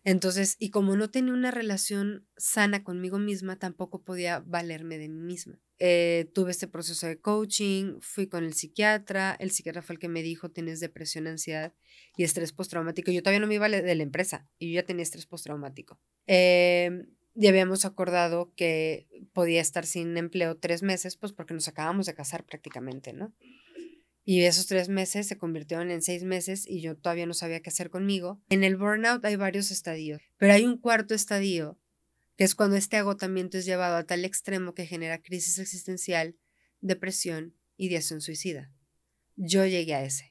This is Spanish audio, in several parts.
Entonces, y como no tenía una relación sana conmigo misma, tampoco podía valerme de mí misma. Tuve este proceso de coaching, fui con el psiquiatra fue el que me dijo, tienes depresión, ansiedad y estrés postraumático. Yo todavía no me iba de la empresa y yo ya tenía estrés postraumático. Y habíamos acordado que podía estar sin empleo 3 meses, pues porque nos acabamos de casar prácticamente, ¿no? Y esos 3 meses se convirtieron en 6 meses y yo todavía no sabía qué hacer conmigo. En el burnout hay varios estadios, pero hay un cuarto estadio, que es cuando este agotamiento es llevado a tal extremo que genera crisis existencial, depresión, ideación suicida. Yo llegué a ese.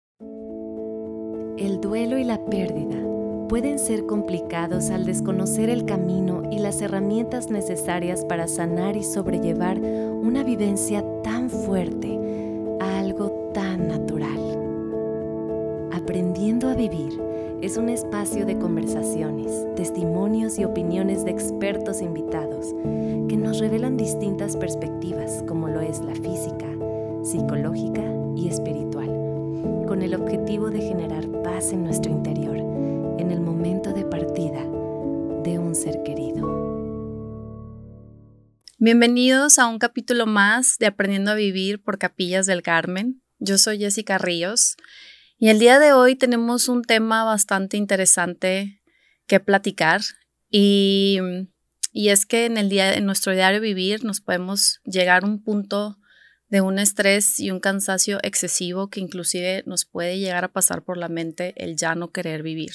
El duelo y la pérdida pueden ser complicados al desconocer el camino y las herramientas necesarias para sanar y sobrellevar una vivencia tan fuerte a algo tan natural. Aprendiendo a Vivir es un espacio de conversaciones, testimonios y opiniones de expertos invitados que nos revelan distintas perspectivas como lo es la física, psicológica y espiritual, con el objetivo de generar paz en nuestro interior en el momento de partida de un ser querido. Bienvenidos a un capítulo más de Aprendiendo a Vivir por Capillas del Carmen. Yo soy Jessica Ríos y el día de hoy tenemos un tema bastante interesante que platicar y es que en nuestro diario vivir nos podemos llegar a un punto de un estrés y un cansancio excesivo que inclusive nos puede llegar a pasar por la mente el ya no querer vivir.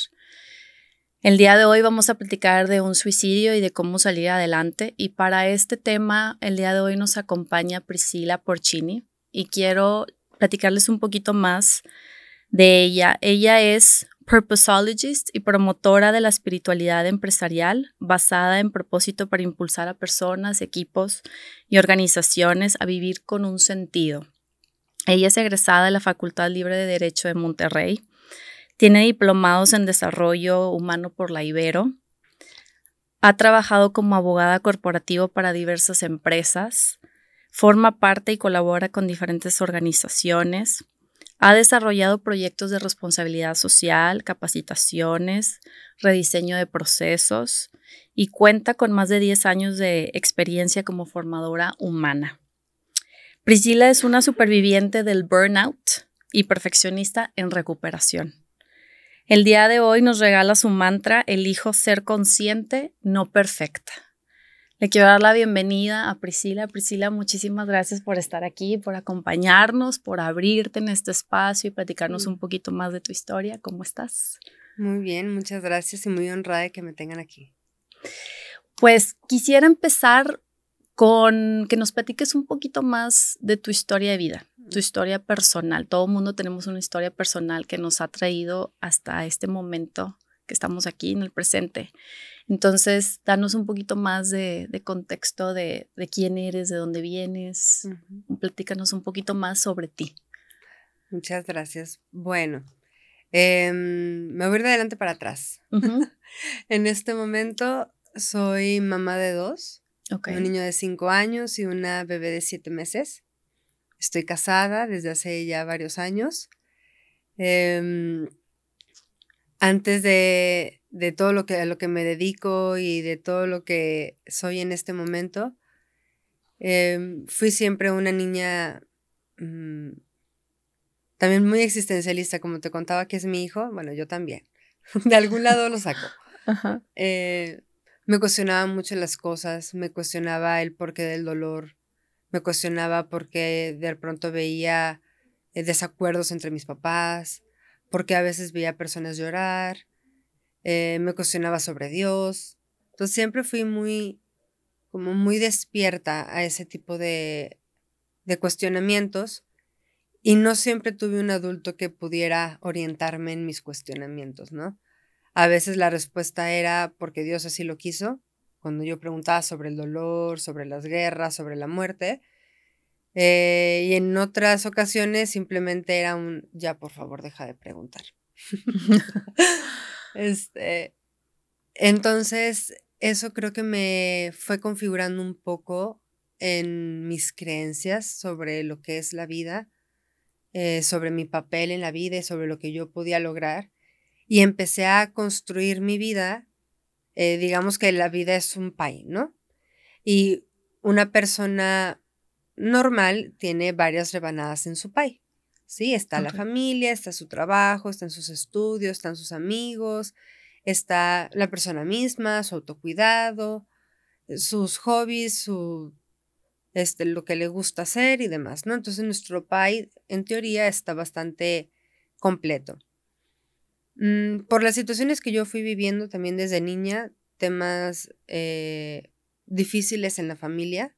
El día de hoy vamos a platicar de un suicidio y de cómo salir adelante, y para este tema el día de hoy nos acompaña Priscila Porcini y quiero platicarles un poquito más de ella. Ella es Purposologist y promotora de la espiritualidad empresarial basada en propósito para impulsar a personas, equipos y organizaciones a vivir con un sentido. Ella es egresada de la Facultad Libre de Derecho de Monterrey. Tiene diplomados en desarrollo humano por la Ibero. Ha trabajado como abogada corporativa para diversas empresas. Forma parte y colabora con diferentes organizaciones. Ha desarrollado proyectos de responsabilidad social, capacitaciones, rediseño de procesos y cuenta con más de 10 años de experiencia como formadora humana. Priscila es una superviviente del burnout y perfeccionista en recuperación. El día de hoy nos regala su mantra: elijo ser consciente, no perfecta. Le quiero dar la bienvenida a Priscila. Priscila, muchísimas gracias por estar aquí, por acompañarnos, por abrirte en este espacio y platicarnos un poquito más de tu historia. ¿Cómo estás? Muy bien, muchas gracias y muy honrada de que me tengan aquí. Pues quisiera empezar con que nos platiques un poquito más de tu historia de vida, tu historia personal. Todo el mundo tenemos una historia personal que nos ha traído hasta este momento que estamos aquí en el presente. Entonces, danos un poquito más de contexto de quién eres, de dónde vienes. Platícanos un poquito más sobre ti. Muchas gracias. Bueno, me voy de adelante para atrás. En este momento soy mamá de 2. Okay. Un niño de 5 años y una bebé de 7 meses. Estoy casada desde hace ya varios años. Antes de todo a lo que me dedico y de todo lo que soy en este momento, fui siempre una niña también muy existencialista, como te contaba que es mi hijo. Bueno, yo también. De algún lado lo saco. Ajá. Me cuestionaba mucho las cosas, me cuestionaba el porqué del dolor, me cuestionaba por qué de pronto veía desacuerdos entre mis papás, por qué a veces veía personas llorar, me cuestionaba sobre Dios. Entonces siempre fui muy despierta a ese tipo de cuestionamientos, y no siempre tuve un adulto que pudiera orientarme en mis cuestionamientos, ¿no? A veces la respuesta era porque Dios así lo quiso, cuando yo preguntaba sobre el dolor, sobre las guerras, sobre la muerte. Y en otras ocasiones simplemente era ya por favor deja de preguntar. Entonces eso creo que me fue configurando un poco en mis creencias sobre lo que es la vida, sobre mi papel en la vida y sobre lo que yo podía lograr. Y empecé a construir mi vida digamos que la vida es un pie, ¿no? Y una persona normal tiene varias rebanadas en su pie. Sí, está la Ok. familia, está su trabajo, están sus estudios, están sus amigos, está la persona misma, su autocuidado, sus hobbies, lo que le gusta hacer y demás, ¿no? Entonces nuestro pie, en teoría, está bastante completo. Por las situaciones que yo fui viviendo también desde niña, temas difíciles en la familia,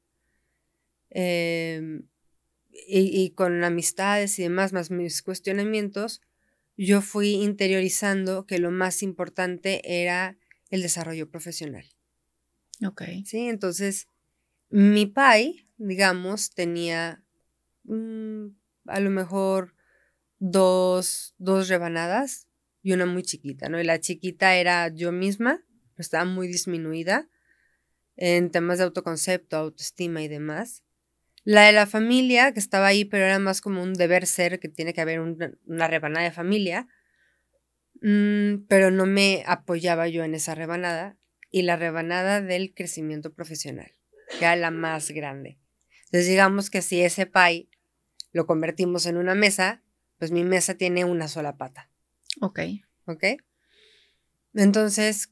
em, y con amistades y demás, más mis cuestionamientos, yo fui interiorizando que lo más importante era el desarrollo profesional, Ok. ¿sí? Entonces, mi pie, digamos, tenía a lo mejor dos rebanadas y una muy chiquita, ¿no? Y la chiquita era yo misma, estaba muy disminuida en temas de autoconcepto, autoestima y demás. La de la familia, que estaba ahí, pero era más como un deber ser, que tiene que haber una rebanada de familia, pero no me apoyaba yo en esa rebanada. Y la rebanada del crecimiento profesional, que era la más grande. Entonces, digamos que si ese pie lo convertimos en una mesa, pues mi mesa tiene una sola pata, Ok. ¿ok? Entonces,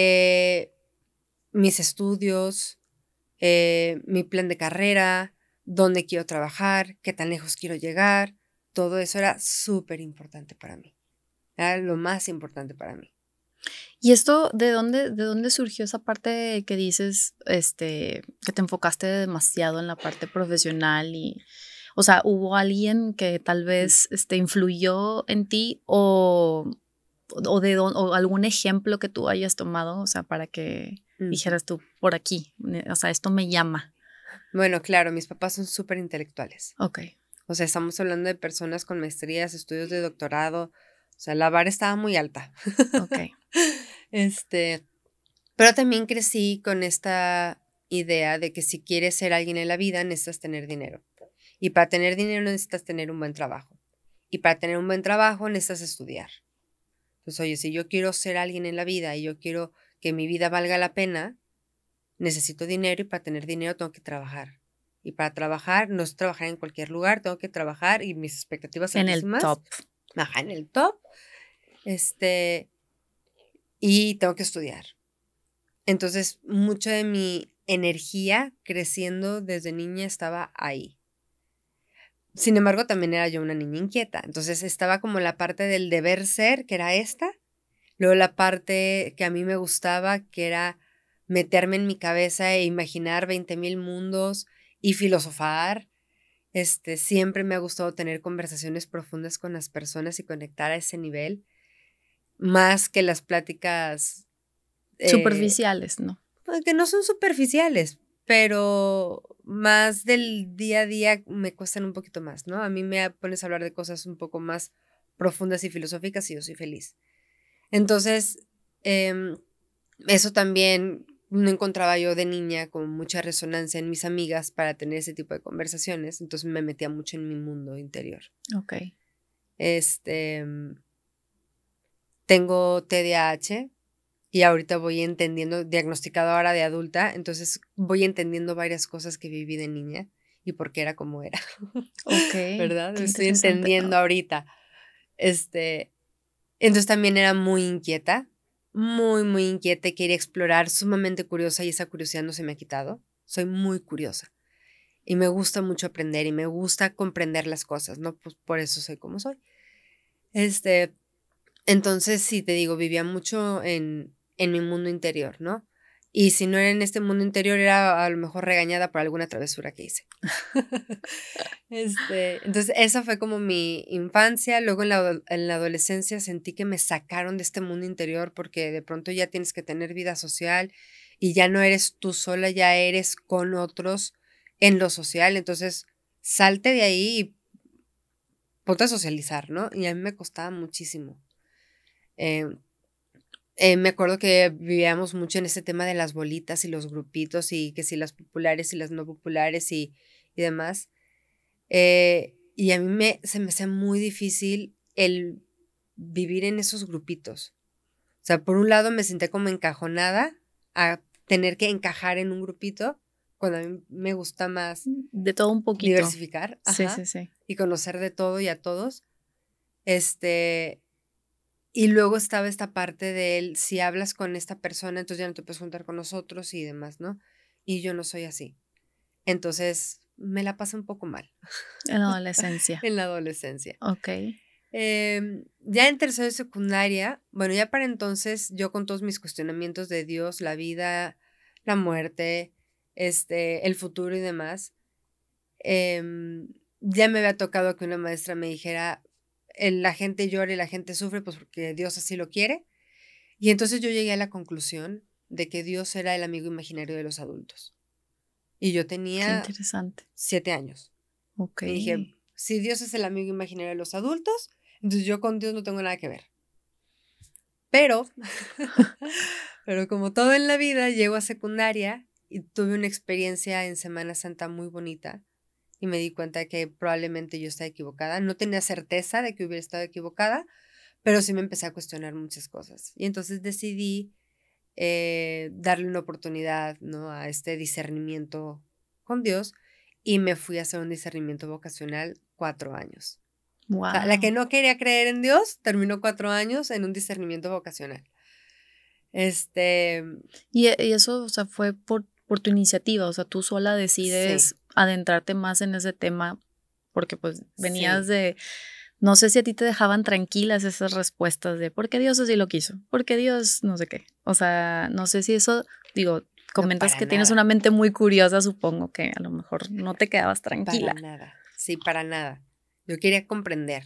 mis estudios, mi plan de carrera, dónde quiero trabajar, qué tan lejos quiero llegar, todo eso era súper importante para mí. Era lo más importante para mí. ¿Y esto de dónde surgió esa parte que dices, que te enfocaste demasiado en la parte profesional y, o sea, hubo alguien que tal vez, influyó en ti o algún ejemplo que tú hayas tomado, o sea, para que Ujú. dijeras tú por aquí, o sea, esto me llama. Bueno, claro, mis papás son súper intelectuales. Ok, O sea, estamos hablando de personas con maestrías, estudios de doctorado. O sea, la vara estaba muy alta. ok, Este, pero también crecí con esta idea de que si quieres ser alguien en la vida, necesitas tener dinero. Y para tener dinero necesitas tener un buen trabajo. Y para tener un buen trabajo necesitas estudiar. Entonces, oye, si yo quiero ser alguien en la vida y yo quiero que mi vida valga la pena, necesito dinero y para tener dinero tengo que trabajar. Y para trabajar, no es trabajar en cualquier lugar, tengo que trabajar y mis expectativas en el altísimas, top. ajá, en el top, este, y tengo que estudiar. Entonces, mucho de mi energía creciendo desde niña estaba ahí. Sin embargo, también era yo una niña inquieta. Entonces, estaba como la parte del deber ser, que era esta. Luego la parte que a mí me gustaba, que era meterme en mi cabeza e imaginar 20,000 mundos y filosofar. Siempre me ha gustado tener conversaciones profundas con las personas y conectar a ese nivel, más que las pláticas eh, Superficiales, ¿no? pues, que no son superficiales, pero más del día a día me cuestan un poquito más, ¿no? A mí me pones a hablar de cosas un poco más profundas y filosóficas y yo soy feliz. Entonces, em, eso también no encontraba yo de niña con mucha resonancia en mis amigas para tener ese tipo de conversaciones, entonces me metía mucho en mi mundo interior. Ok, Este, tengo TDAH y ahorita voy entendiendo, diagnosticado ahora de adulta, entonces voy entendiendo varias cosas que viví de niña y por qué era como era, ok, ¿verdad? qué Me estoy interesante. entendiendo ahorita. Este, entonces también era muy inquieta, muy, muy inquieta y quería explorar, sumamente curiosa y esa curiosidad no se me ha quitado. Soy muy curiosa y me gusta mucho aprender y me gusta comprender las cosas, ¿no? Pues por eso soy como soy. Este, entonces, sí, te digo, vivía mucho en mi mundo interior, ¿no? Y si no era en este mundo interior, era a lo mejor regañada por alguna travesura que hice. Entonces, esa fue como mi infancia. Luego en la adolescencia sentí que me sacaron de este mundo interior porque de pronto ya tienes que tener vida social y ya no eres tú sola, ya eres con otros en lo social. Entonces, salte de ahí y ponte a socializar, ¿no? Y a mí me costaba muchísimo. Eh, Me acuerdo que vivíamos mucho en ese tema de las bolitas y los grupitos y que si las populares y las no populares y demás. Y a mí se me hacía muy difícil el vivir en esos grupitos. O sea, por un lado me senté como encajonada a tener que encajar en un grupito, cuando a mí me gusta más De todo un poquito. diversificar, Sí, sí, sí. y conocer de todo y a todos. Y luego estaba esta parte de él, si hablas con esta persona, entonces ya no te puedes juntar con nosotros y demás, ¿no? Y yo no soy así. Entonces me la pasé un poco mal. En la adolescencia. En la adolescencia. Ok. Ya en tercero de secundaria, bueno, ya para entonces yo con todos mis cuestionamientos de Dios, la vida, la muerte, el futuro y demás, ya me había tocado que una maestra me dijera, la gente llora y la gente sufre pues porque Dios así lo quiere. Y entonces yo llegué a la conclusión de que Dios era el amigo imaginario de los adultos. Y yo Qué tenía interesante. 7 años. Ok. Y dije, si Dios es el amigo imaginario de los adultos, entonces yo con Dios no tengo nada que ver. Pero como todo en la vida, llego a secundaria y tuve una experiencia en Semana Santa muy bonita y me di cuenta de que probablemente yo estaba equivocada. No tenía certeza de que hubiera estado equivocada, pero sí me empecé a cuestionar muchas cosas. Y entonces decidí darle una oportunidad, ¿no?, a este discernimiento con Dios y me fui a hacer un discernimiento vocacional 4 años. Wow. O sea, la que no quería creer en Dios terminó 4 años en un discernimiento vocacional. Y eso, o sea, fue por tu iniciativa, o sea, tú sola decides adentrarte más en ese tema porque pues venías de, no sé si a ti te dejaban tranquilas esas respuestas de por qué Dios así lo quiso, porque Dios no sé qué, o sea, no sé si eso, digo, comentas que tienes una mente muy curiosa, supongo que a lo mejor no te quedabas tranquila. Para nada, sí, para nada. Yo quería comprender.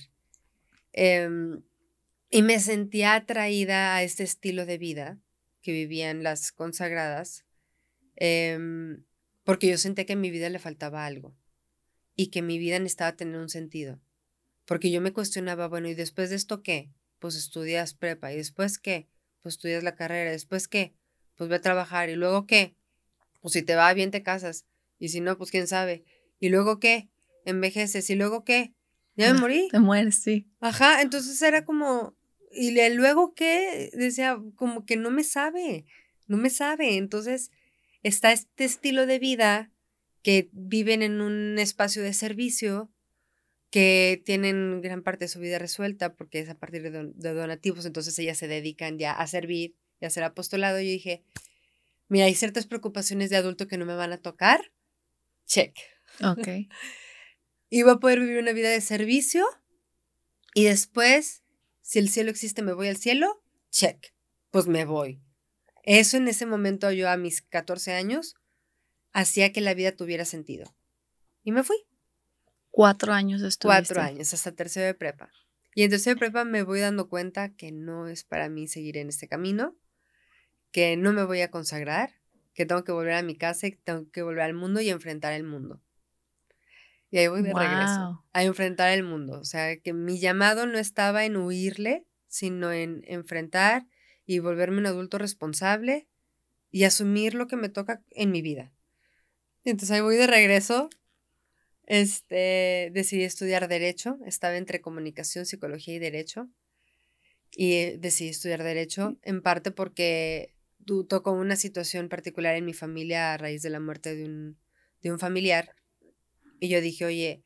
Y me sentía atraída a este estilo de vida que vivían las consagradas, porque yo sentía que en mi vida le faltaba algo y que mi vida necesitaba tener un sentido. Porque yo me cuestionaba, bueno, ¿y después de esto qué? Pues estudias prepa. ¿Y después qué? Pues estudias la carrera. ¿Después qué? Pues ve a trabajar. ¿Y luego qué? Pues si te va bien te casas. Y si no, pues quién sabe. ¿Y luego qué? Envejeces. ¿Y luego qué? Ya me morí. Te mueres, sí. Ajá, entonces era como, ¿y luego qué? Decía, como que no me sabe. Entonces está este estilo de vida que viven en un espacio de servicio, que tienen gran parte de su vida resuelta porque es a partir de donativos, entonces ellas se dedican ya a servir y a hacer apostolado. Y yo dije, mira, hay ciertas preocupaciones de adulto que no me van a tocar. Check. Ok. Y voy a poder vivir una vida de servicio y después, si el cielo existe, me voy al cielo. Check. Pues me voy. Eso en ese momento yo a mis 14 años hacía que la vida tuviera sentido. Y me fui. 4 años estuviste. 4 años, hasta tercero de prepa. Y en tercero de prepa me voy dando cuenta que no es para mí seguir en este camino, que no me voy a consagrar, que tengo que volver a mi casa y que tengo que volver al mundo y enfrentar el mundo. Y ahí voy de regreso, a enfrentar el mundo. O sea, que mi llamado no estaba en huirle, sino en enfrentar y volverme un adulto responsable y asumir lo que me toca en mi vida. Y entonces ahí voy de regreso. Decidí estudiar Derecho. Estaba entre Comunicación, Psicología y Derecho. Y decidí estudiar Derecho en parte porque tocó una situación particular en mi familia a raíz de la muerte de un familiar. Y yo dije, oye,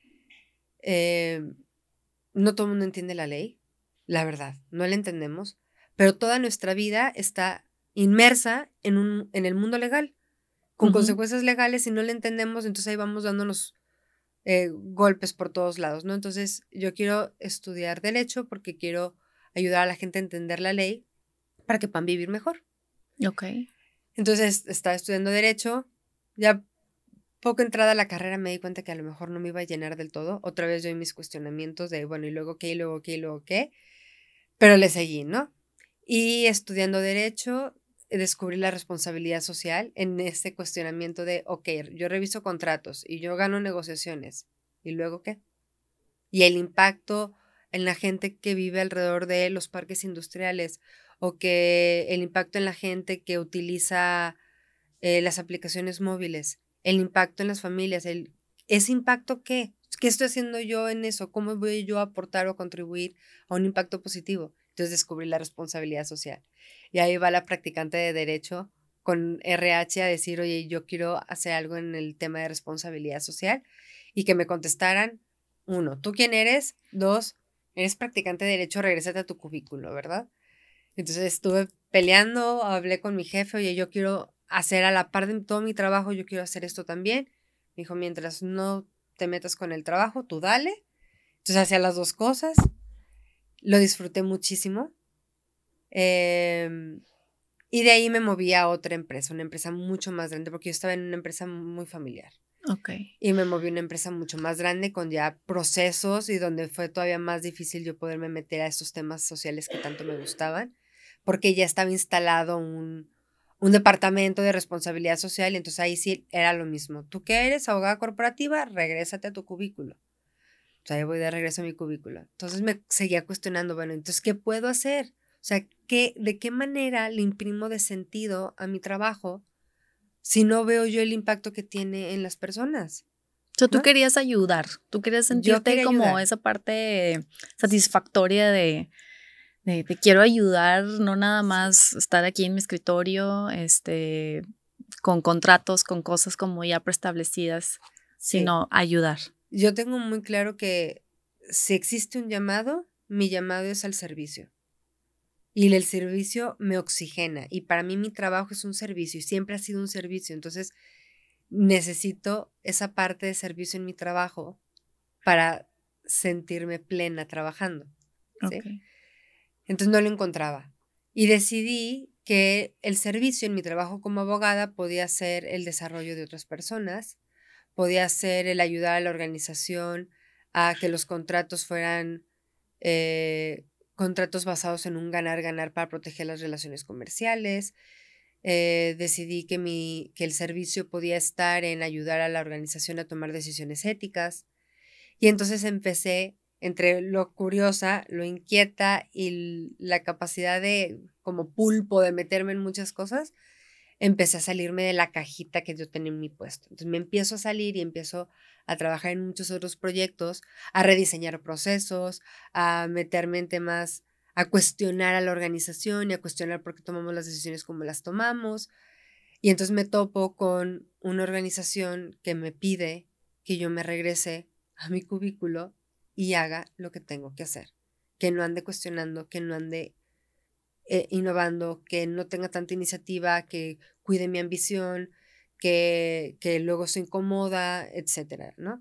no todo el mundo entiende la ley, la verdad, no la entendemos, pero toda nuestra vida está inmersa en el mundo legal, con consecuencias legales y no la entendemos, entonces ahí vamos dándonos golpes por todos lados, ¿no? Entonces yo quiero estudiar Derecho porque quiero ayudar a la gente a entender la ley para que puedan vivir mejor. Ok. Entonces estaba estudiando Derecho, ya poco entrada a la carrera me di cuenta que a lo mejor no me iba a llenar del todo. Otra vez yo en mis cuestionamientos de, bueno, ¿y luego qué? ¿Y luego qué? ¿Y luego qué? Pero le seguí, ¿no? Y estudiando Derecho, descubrí la responsabilidad social en ese cuestionamiento de, ok, yo reviso contratos y yo gano negociaciones. ¿Y luego qué? Y el impacto en la gente que vive alrededor de los parques industriales o que el impacto en la gente que utiliza las aplicaciones móviles, el impacto en las familias, ¿ese impacto qué? ¿Qué estoy haciendo yo en eso? ¿Cómo voy yo a aportar o contribuir a un impacto positivo? Entonces descubrí la responsabilidad social. Y ahí va la practicante de Derecho con RH a decir, oye, yo quiero hacer algo en el tema de responsabilidad social. Y que me contestaran, 1, ¿tú quién eres? 2, eres practicante de Derecho, regrésate a tu cubículo, ¿verdad? Entonces estuve peleando, hablé con mi jefe, oye, yo quiero hacer a la par de todo mi trabajo, yo quiero hacer esto también. Me dijo, mientras no te metas con el trabajo, tú dale. Entonces hacía las 2 cosas, lo disfruté muchísimo. Y de ahí me moví a otra empresa, una empresa mucho más grande, porque yo estaba en una empresa muy familiar. Ok. Y me moví a una empresa mucho más grande con ya procesos y donde fue todavía más difícil yo poderme meter a estos temas sociales que tanto me gustaban, porque ya estaba instalado un departamento de responsabilidad social y entonces ahí sí era lo mismo. ¿Tú qué eres? Abogada corporativa, regrésate a tu cubículo. O sea, yo voy de regreso a mi cubículo. Entonces me seguía cuestionando, bueno, entonces, ¿qué puedo hacer? O sea, ¿de qué manera le imprimo de sentido a mi trabajo si no veo yo el impacto que tiene en las personas? O sea, tú ¿No? querías ayudar, tú querías Yo sentirte quería como ayudar. esa parte satisfactoria de te quiero ayudar, no nada Sí. más estar aquí en mi escritorio, con contratos, con cosas como ya preestablecidas, Sí. sino ayudar. Yo tengo muy claro que si existe un llamado, mi llamado es al servicio. Y el servicio me oxigena. Y para mí mi trabajo es un servicio y siempre ha sido un servicio. Entonces necesito esa parte de servicio en mi trabajo para sentirme plena trabajando. ¿Sí? Okay. Entonces no lo encontraba. Y decidí que el servicio en mi trabajo como abogada podía ser el desarrollo de otras personas, podía ser el ayudar a la organización a que los contratos fueran contratos basados en un ganar-ganar para proteger las relaciones comerciales. Decidí que el servicio podía estar en ayudar a la organización a tomar decisiones éticas. Y entonces empecé, entre lo curiosa, lo inquieta y la capacidad de, como pulpo, de meterme en muchas cosas, empecé a salirme de la cajita que yo tenía en mi puesto. Entonces me empiezo a salir y empiezo a trabajar en muchos otros proyectos, a rediseñar procesos, a meterme en temas, a cuestionar a la organización y a cuestionar por qué tomamos las decisiones como las tomamos. Y entonces me topo con una organización que me pide que yo me regrese a mi cubículo y haga lo que tengo que hacer, que no ande cuestionando, que no ande innovando, que no tenga tanta iniciativa, que cuide mi ambición, que luego se incomoda, etcétera, ¿no?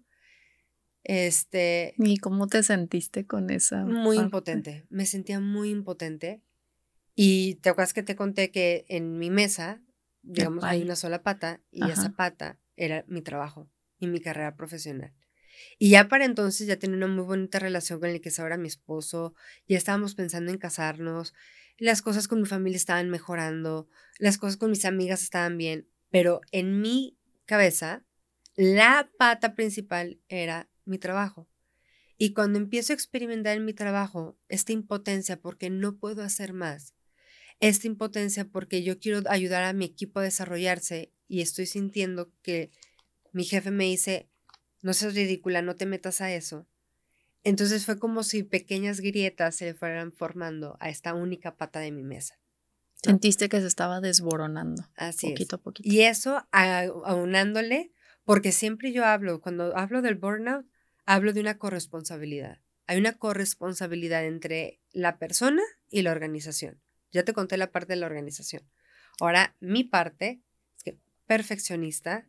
¿Y cómo te sentiste con esa Muy parte? impotente, me sentía muy impotente. Y te acuerdas que te conté que en mi mesa, digamos, hay una sola pata y esa Ajá. pata era mi trabajo y mi carrera profesional. Y ya para entonces ya tenía una muy bonita relación con el que es ahora mi esposo, ya estábamos pensando en casarnos, las cosas con mi familia estaban mejorando, las cosas con mis amigas estaban bien, pero en mi cabeza la pata principal era mi trabajo. Y cuando empiezo a experimentar en mi trabajo esta impotencia porque no puedo hacer más, esta impotencia porque yo quiero ayudar a mi equipo a desarrollarse y estoy sintiendo que mi jefe me dice, no seas ridícula, no te metas a eso. Entonces fue como si pequeñas grietas se le fueran formando a esta única pata de mi mesa, ¿no? Sentiste que se estaba desboronando. Así Poquito es. a poquito. Y eso aunándole, porque siempre yo hablo, cuando hablo del burnout, hablo de una corresponsabilidad. Hay una corresponsabilidad entre la persona y la organización. Ya te conté la parte de la organización. Ahora, mi parte es que perfeccionista,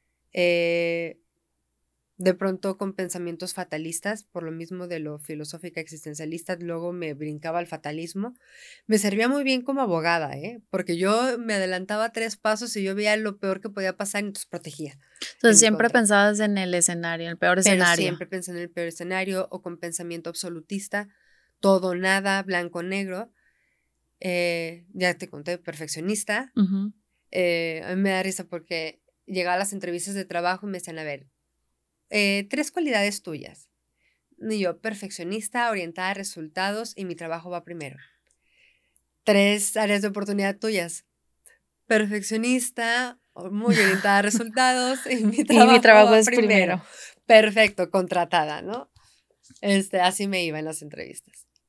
de pronto con pensamientos fatalistas, por lo mismo de lo filosófica existencialista, luego me brincaba al fatalismo. Me servía muy bien como abogada, porque yo me adelantaba 3 pasos y yo veía lo peor que podía pasar y entonces protegía Entonces en mi siempre contra. pensabas en el escenario, en el peor Pero escenario. siempre pensé en el peor escenario o con pensamiento absolutista, todo, nada, blanco, negro. Ya te conté, perfeccionista. Ujú. A mí me da risa porque llegaba a las entrevistas de trabajo y me decían, a ver, 3 cualidades tuyas. Y yo, perfeccionista, orientada a resultados y mi trabajo va primero. 3 áreas de oportunidad tuyas. Perfeccionista, muy orientada a resultados y mi Y mi trabajo trabajo va es primero. primero. Perfecto, contratada, ¿no? Así me iba en las entrevistas.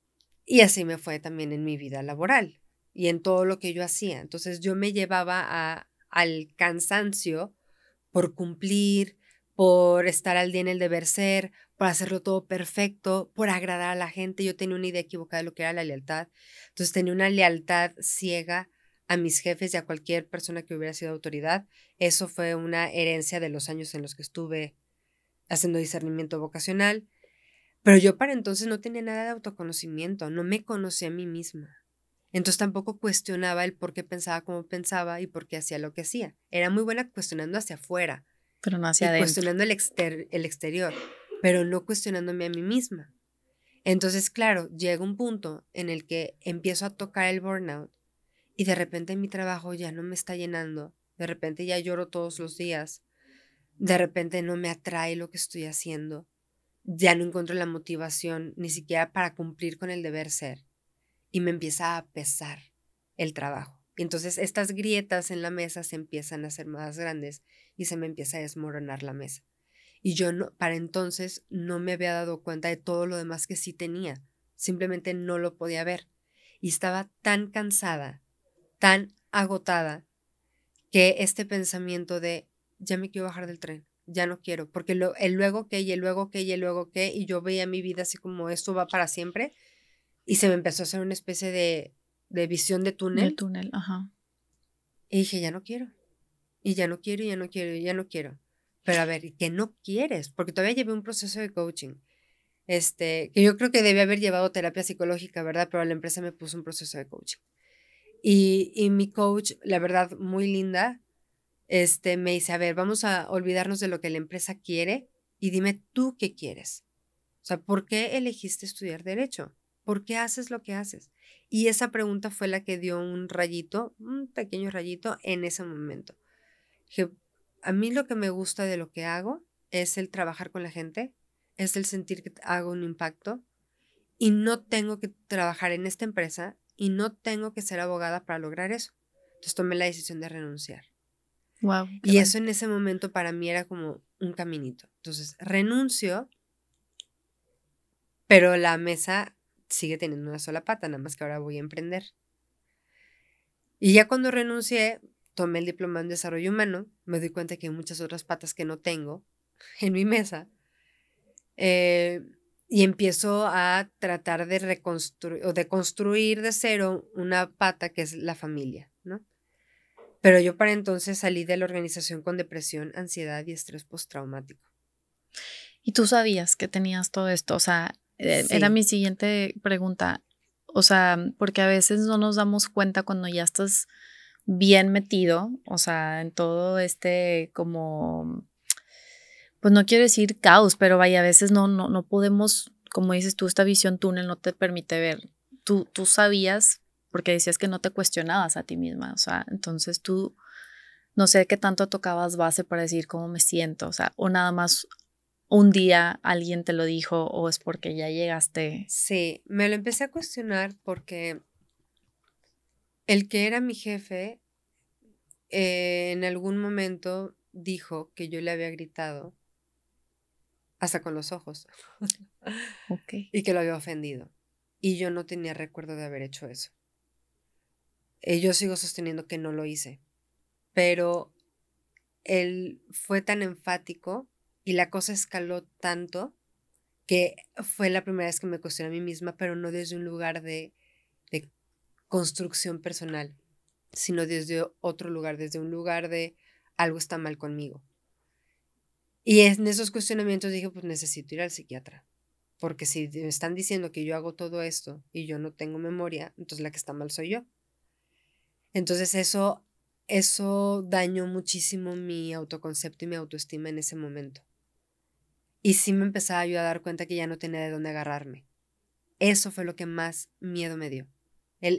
Y así me fue también en mi vida laboral y en todo lo que yo hacía. Entonces yo me llevaba al cansancio por cumplir, por estar al día en el deber ser, por hacerlo todo perfecto, por agradar a la gente. Yo tenía una idea equivocada de lo que era la lealtad. Entonces tenía una lealtad ciega a mis jefes y a cualquier persona que hubiera sido autoridad. Eso fue una herencia de los años en los que estuve haciendo discernimiento vocacional. Pero yo para entonces no tenía nada de autoconocimiento, no me conocía a mí misma. Entonces tampoco cuestionaba el por qué pensaba como pensaba y por qué hacía lo que hacía. Era muy buena cuestionando hacia afuera Pero no hacia y adentro. cuestionando el exterior, pero no cuestionándome a mí misma. Entonces, claro, llega un punto en el que empiezo a tocar el burnout y de repente mi trabajo ya no me está llenando, de repente ya lloro todos los días, de repente no me atrae lo que estoy haciendo, ya no encuentro la motivación ni siquiera para cumplir con el deber ser y me empieza a pesar el trabajo. Y entonces estas grietas en la mesa se empiezan a hacer más grandes y se me empieza a desmoronar la mesa. Y yo no, para entonces no me había dado cuenta de todo lo demás que sí tenía. Simplemente no lo podía ver. Y estaba tan cansada, tan agotada, que este pensamiento de ya me quiero bajar del tren, ya no quiero, porque el luego qué y el luego qué y el luego qué, y yo veía mi vida así como esto va para siempre, y se me empezó a hacer una especie de visión de De túnel, túnel, ajá. y dije, ya no quiero, y ya no quiero, y ya no quiero, y ya no quiero. Pero a ver, ¿y qué no quieres? Porque todavía llevé un proceso de coaching, que yo creo que debía haber llevado terapia psicológica, ¿verdad? Pero la empresa me puso un proceso de coaching. Y mi coach, la verdad, muy linda, me dice, a ver, vamos a olvidarnos de lo que la empresa quiere y dime tú qué quieres. O sea, ¿por qué elegiste estudiar derecho? ¿Por qué haces lo que haces? Y esa pregunta fue la que dio un rayito, un pequeño rayito en ese momento. Dije, a mí lo que me gusta de lo que hago es el trabajar con la gente, es el sentir que hago un impacto y no tengo que trabajar en esta empresa y no tengo que ser abogada para lograr eso. Entonces tomé la decisión de renunciar. Wow, qué Y bueno. eso en ese momento para mí era como un caminito. Entonces renuncio, pero la mesa sigue teniendo una sola pata, nada más que ahora voy a emprender. Y ya cuando renuncié, tomé el diploma en desarrollo humano, me doy cuenta que hay muchas otras patas que no tengo en mi mesa. Y empiezo a tratar de reconstruir o de construir de cero una pata que es la familia, ¿no? Pero yo para entonces salí de la organización con depresión, ansiedad y estrés postraumático. ¿Y tú sabías que tenías todo esto? O sea, era Sí, mi siguiente pregunta. O sea, porque a veces no nos damos cuenta cuando ya estás bien metido, o sea, en todo este como, pues no quiero decir caos, pero vaya, a veces no podemos, como dices tú, esta visión túnel no te permite ver. Tú sabías, porque decías que no te cuestionabas a ti misma, o sea, entonces tú no sé qué tanto tocabas base para decir cómo me siento, o sea, o nada más un día alguien te lo dijo o es porque ya llegaste. sí, me lo empecé a cuestionar porque el que era mi jefe en algún momento dijo que yo le había gritado hasta con los ojos Ok. y que lo había ofendido. Y yo no tenía recuerdo de haber hecho eso. Yo sigo sosteniendo que no lo hice, pero él fue tan enfático y la cosa escaló tanto que fue la primera vez que me cuestioné a mí misma, pero no desde un lugar de construcción personal, sino desde otro lugar, desde un lugar de algo está mal conmigo. Y en esos cuestionamientos dije, pues necesito ir al psiquiatra, porque si me están diciendo que yo hago todo esto y yo no tengo memoria, entonces la que está mal soy yo. Entonces eso dañó muchísimo mi autoconcepto y mi autoestima en ese momento. Y sí me empezaba yo a dar cuenta que ya no tenía de dónde agarrarme. Eso fue lo que más miedo me dio. El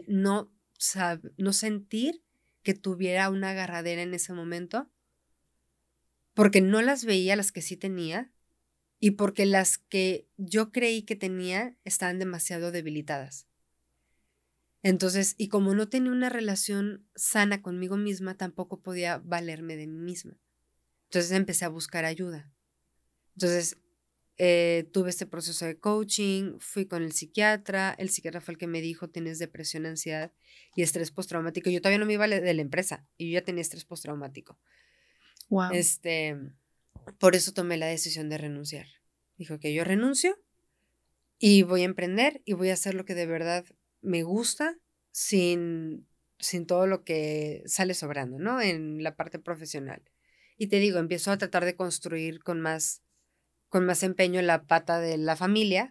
no sentir que tuviera una agarradera en ese momento, porque no las veía las que sí tenía y porque las que yo creí que tenía estaban demasiado debilitadas. Entonces, y como no tenía una relación sana conmigo misma, tampoco podía valerme de mí misma. Entonces empecé a buscar ayuda. Entonces, tuve este proceso de coaching, fui con el psiquiatra fue el que me dijo, tienes depresión, ansiedad y estrés postraumático. Yo todavía no me iba de la empresa y yo ya tenía estrés postraumático. Wow. Por eso tomé la decisión de renunciar. Dijo que yo renuncio y voy a emprender y voy a hacer lo que de verdad me gusta sin todo lo que sale sobrando, ¿no? En la parte profesional. Y te digo, empiezo a tratar de construir con más empeño la pata de la familia.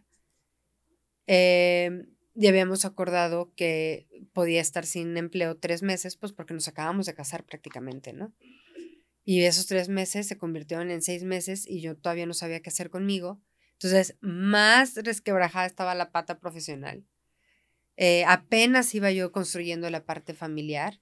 Ya habíamos acordado que podía estar sin empleo 3 meses, pues porque nos acabamos de casar prácticamente, ¿no? Y esos 3 meses se convirtieron en 6 meses y yo todavía no sabía qué hacer conmigo. Entonces, más resquebrajada estaba la pata profesional. Apenas iba yo construyendo la parte familiar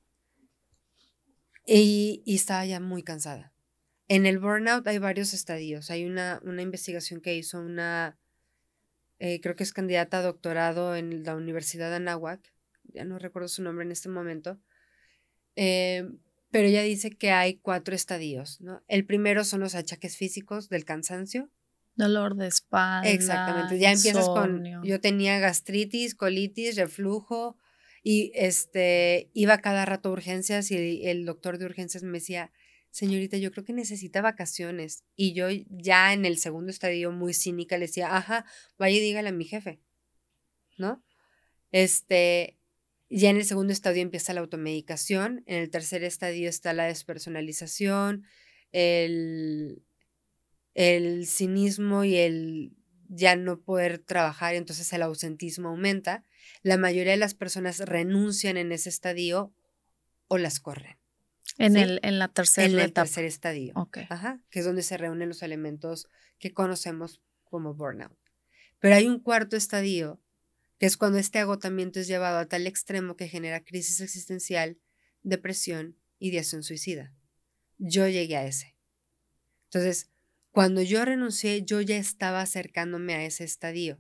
y estaba ya muy cansada. En el burnout hay varios estadios. Hay una investigación que hizo creo que es candidata a doctorado en la Universidad de Anáhuac, ya no recuerdo su nombre en este momento, pero ella dice que hay 4 estadios, ¿no? El primero son los achaques físicos del cansancio. Dolor de espalda. Exactamente, ya empiezas insomnio. yo tenía gastritis, colitis, reflujo y iba cada rato a urgencias y el doctor de urgencias me decía, señorita, yo creo que necesita vacaciones. Y yo ya en el segundo estadio muy cínica le decía, ajá, vaya y dígale a mi jefe, ¿no? Ya en el segundo estadio empieza la automedicación, en el tercer estadio está la despersonalización, el cinismo y el ya no poder trabajar, entonces el ausentismo aumenta. La mayoría de las personas renuncian en ese estadio o las corren. En ¿sí? la tercera En el etapa. tercer estadio. Okay. Ajá, que es donde se reúnen los elementos que conocemos como burnout. Pero hay un cuarto estadio, que es cuando este agotamiento es llevado a tal extremo que genera crisis existencial, depresión, ideación suicida. Yo llegué a ese. Entonces, cuando yo renuncié, yo ya estaba acercándome a ese estadio.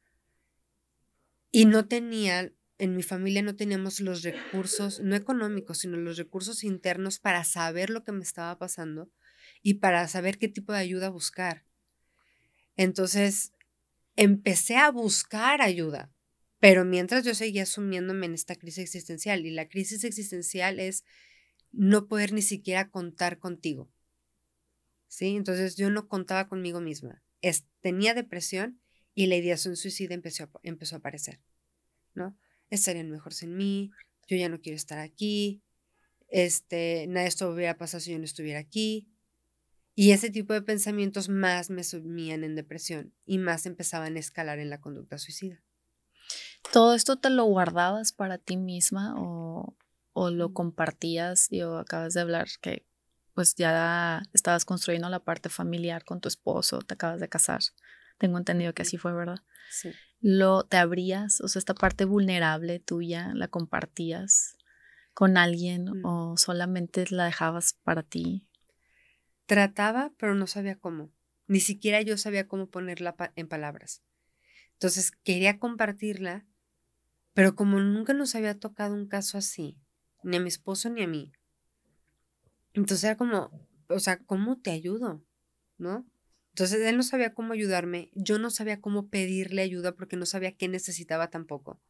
Y en mi familia no teníamos los recursos, no económicos, sino los recursos internos para saber lo que me estaba pasando y para saber qué tipo de ayuda buscar. Entonces, empecé a buscar ayuda, pero mientras yo seguía sumiéndome en esta crisis existencial, y la crisis existencial es no poder ni siquiera contar contigo. ¿Sí? Entonces yo no contaba conmigo misma. Tenía depresión y la ideación suicida empezó a aparecer, ¿no? Estarían mejor sin mí, yo ya no quiero estar aquí, nada de esto hubiera pasado si yo no estuviera aquí. Y ese tipo de pensamientos más me sumían en depresión y más empezaban a escalar en la conducta suicida. ¿Todo esto te lo guardabas para ti misma o lo compartías? Acabas de hablar que pues ya estabas construyendo la parte familiar con tu esposo, te acabas de casar. Tengo entendido que así fue, ¿verdad? Sí. ¿Te abrías? O sea, esta parte vulnerable tuya, ¿la compartías con alguien o solamente la dejabas para ti? Trataba, pero no sabía cómo. Ni siquiera yo sabía cómo ponerla en palabras. Entonces quería compartirla, pero como nunca nos había tocado un caso así, ni a mi esposo ni a mí, entonces era como, o sea, ¿cómo te ayudo? ¿No? Entonces él no sabía cómo ayudarme, yo no sabía cómo pedirle ayuda porque no sabía qué necesitaba tampoco.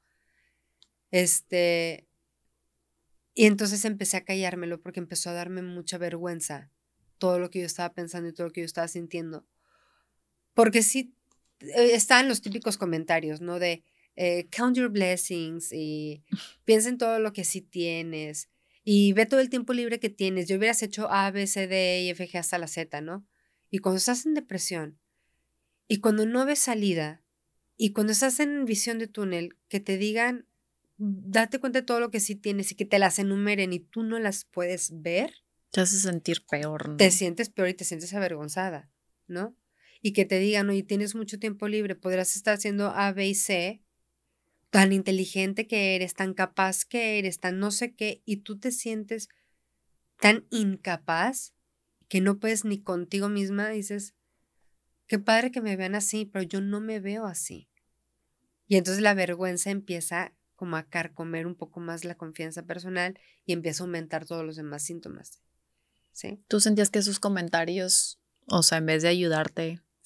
Y entonces empecé a callármelo porque empezó a darme mucha vergüenza todo lo que yo estaba pensando y todo lo que yo estaba sintiendo. Porque sí, estaban los típicos comentarios, ¿no? De count your blessings y piensa en todo lo que sí tienes y ve todo el tiempo libre que tienes. Yo hubieras hecho A, B, C, D, E, F, G hasta la Z, ¿no? Y cuando estás en depresión y cuando no ves salida y cuando estás en visión de túnel, que te digan, date cuenta de todo lo que sí tienes y que te las enumeren y tú no las puedes ver. Te hace sentir peor, ¿no? Te sientes peor y te sientes avergonzada, ¿no? Y que te digan, oye, tienes mucho tiempo libre, podrás estar haciendo A, B y C, tan inteligente que eres, tan capaz que eres, tan no sé qué, y tú te sientes tan incapaz que no puedes ni contigo misma, dices, qué padre que me vean así, pero yo no me veo así. Y entonces la vergüenza empieza como a carcomer un poco más la confianza personal y empieza a aumentar todos los demás síntomas. ¿Sí? ¿Tú sentías que esos comentarios, o sea, en vez de ayudarte,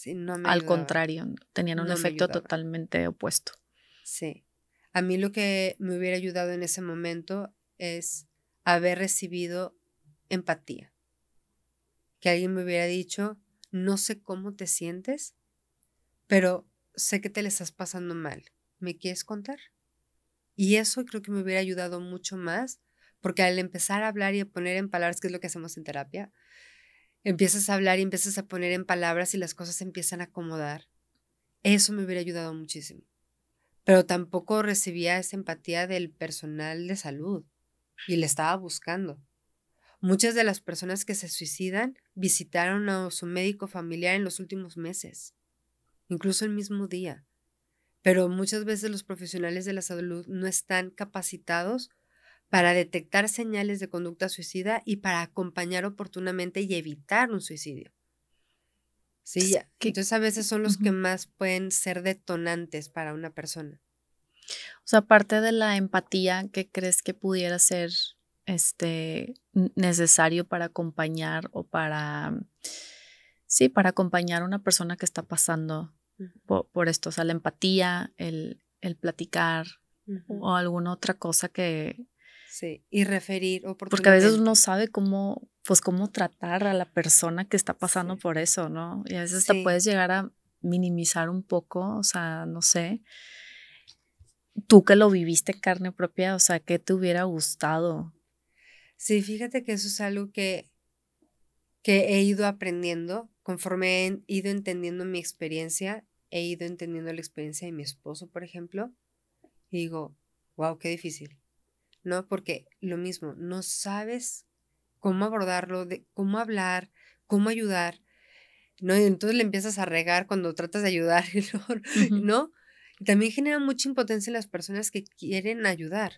Sí, no me Al ayudaba. contrario, tenían un No me efecto ayudaba. totalmente opuesto. Sí. A mí lo que me hubiera ayudado en ese momento es haber recibido empatía. Que alguien me hubiera dicho, no sé cómo te sientes, pero sé que te le estás pasando mal. ¿Me quieres contar? Y eso creo que me hubiera ayudado mucho más, porque al empezar a hablar y a poner en palabras, que es lo que hacemos en terapia, empiezas a hablar y empiezas a poner en palabras y las cosas se empiezan a acomodar. Eso me hubiera ayudado muchísimo. Pero tampoco recibía esa empatía del personal de salud y le estaba buscando. Muchas de las personas que se suicidan visitaron a su médico familiar en los últimos meses, incluso el mismo día. Pero muchas veces los profesionales de la salud no están capacitados para detectar señales de conducta suicida y para acompañar oportunamente y evitar un suicidio. Sí, entonces a veces son los que más pueden ser detonantes para una persona. O sea, aparte de la empatía, ¿qué crees que pudiera ser necesario para acompañar o para acompañar a una persona que está pasando por esto? O sea, la empatía, el platicar o alguna otra cosa que... Sí, y referir Porque a veces oportunamente. uno sabe cómo tratar a la persona que está pasando Sí. por eso, ¿no? Y a veces te Sí. puedes llegar a minimizar un poco, o sea, no sé. Tú que lo viviste en carne propia, o sea, ¿qué te hubiera gustado? Sí, fíjate que eso es algo que he ido aprendiendo conforme he ido entendiendo mi experiencia, he ido entendiendo la experiencia de mi esposo, por ejemplo, y digo, wow, qué difícil, ¿no? Porque lo mismo, no sabes cómo abordarlo, de cómo hablar, cómo ayudar, ¿no? Y entonces le empiezas a regar cuando tratas de ayudar, ¿no? Y también genera mucha impotencia en las personas que quieren ayudar.